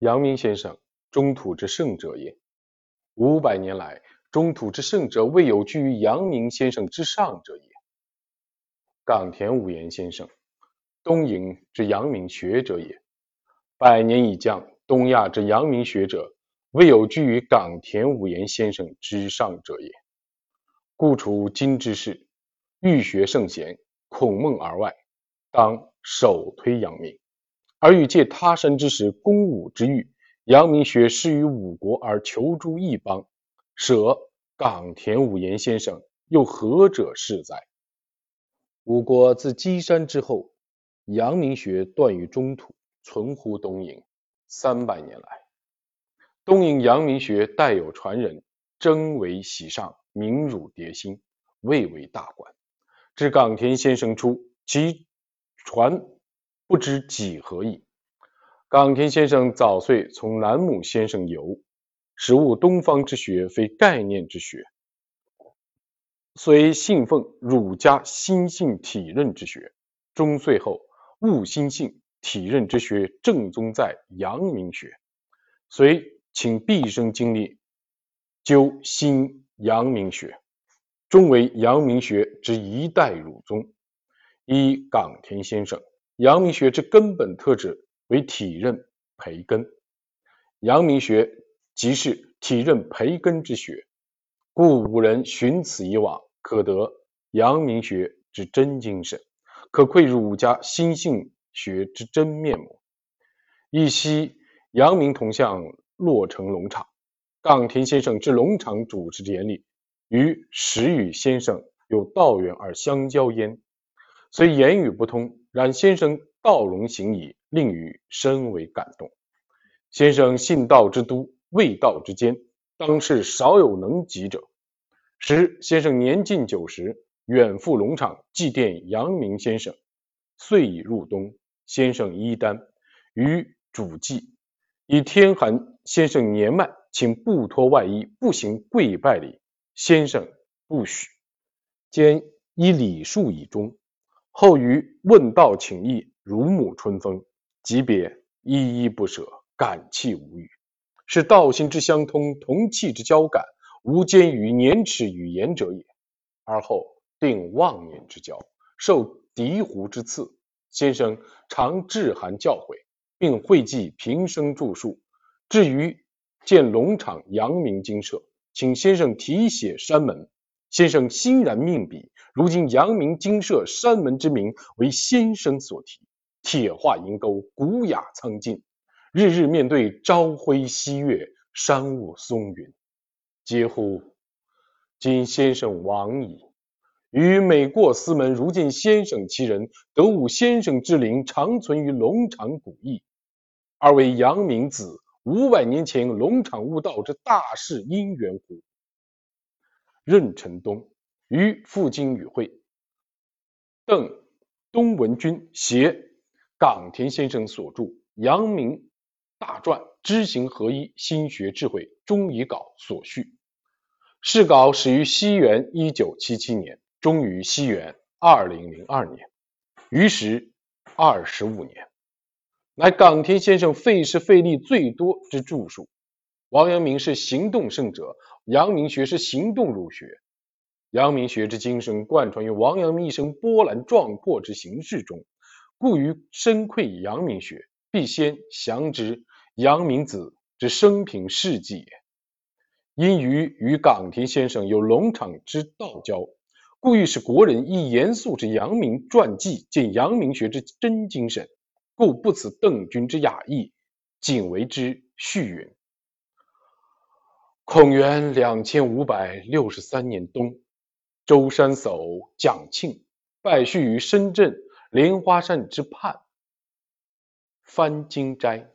阳明先生，中土之圣者也。500年来，中土之圣者未有居于阳明先生之上者也。冈田武彦先生，东瀛之阳明学者也。100年以降，东亚之阳明学者，未有居于冈田武彦先生之上者也。故除今之事，欲学圣贤，孔孟而外，当首推阳明。而欲借他山之石，攻吾之欲，阳明学施于五国而求诸异邦，舍冈田武彦先生，又何者是哉？吾国自箕山之后，阳明学断于中土，存乎东瀛。300年来，东瀛阳明学代有传人，征为喜上，名辱迭兴，未为大观。至冈田先生出，其传不知几何矣。冈田先生早岁从南牧先生游，使悟东方之学非概念之学，虽信奉儒家心性体认之学，终岁后悟心性体认之学正宗在阳明学，遂倾毕生精力究新阳明学，终为阳明学之一代儒宗。依冈田先生，阳明学之根本特质为体认培根，阳明学即是体认培根之学，故吾人循此以往，可得阳明学之真精神，可窥儒家心性学之真面目。一夕阳明铜像落成龙场，冈田先生之龙场主持典礼，与时与先生有道缘而相交焉。虽言语不通，然先生道容行仪，令予深为感动。先生信道之都，卫道之间，当世少有能及者。时先生年近90，远赴龙场祭奠阳明先生，遂已入冬，先生衣单于主祭，以天寒先生年迈，请不脱外衣，不行跪拜礼，先生不许，兼依礼数以终。后于问道请益，如沐春风，即别依依不舍，感泣无语，是道心之相通，同气之交感，无间于年齿语言者也。而后定忘年之交，受敌胡之赐，先生常致函教诲，并汇记平生著述。至于建龙场阳明精舍，请先生题写山门，先生欣然命笔。如今阳明精舍山门之名为先生所题，铁画银钩，古雅苍劲，日日面对朝晖夕月，山雾松云。嗟乎！今先生亡矣，余每过司门，如见先生其人，得悟先生之灵长存于龙场古意，而为阳明子500年前龙场悟道之大事因缘乎？任承东于赴京与会，邓东文君携冈田先生所著《阳明大传》知行合一心学智慧中遗稿所序。试稿始于西元1977年，终于西元2002年，于时25年，乃冈田先生费时费力最多之著述。王阳明是行动圣者，阳明学是行动儒学。阳明学之精神贯穿于王阳明一生波澜壮阔之行事中，故于深窥阳明学，必先详知阳明子之生平事迹也。因于与冈田先生有龙场之道交，故欲使国人以严肃之阳明传记见阳明学之真精神，故不辞邓君之雅意，仅为之序云：孔元2563年冬，舟山叟蒋庆拜序于深圳莲花山之畔番经斋，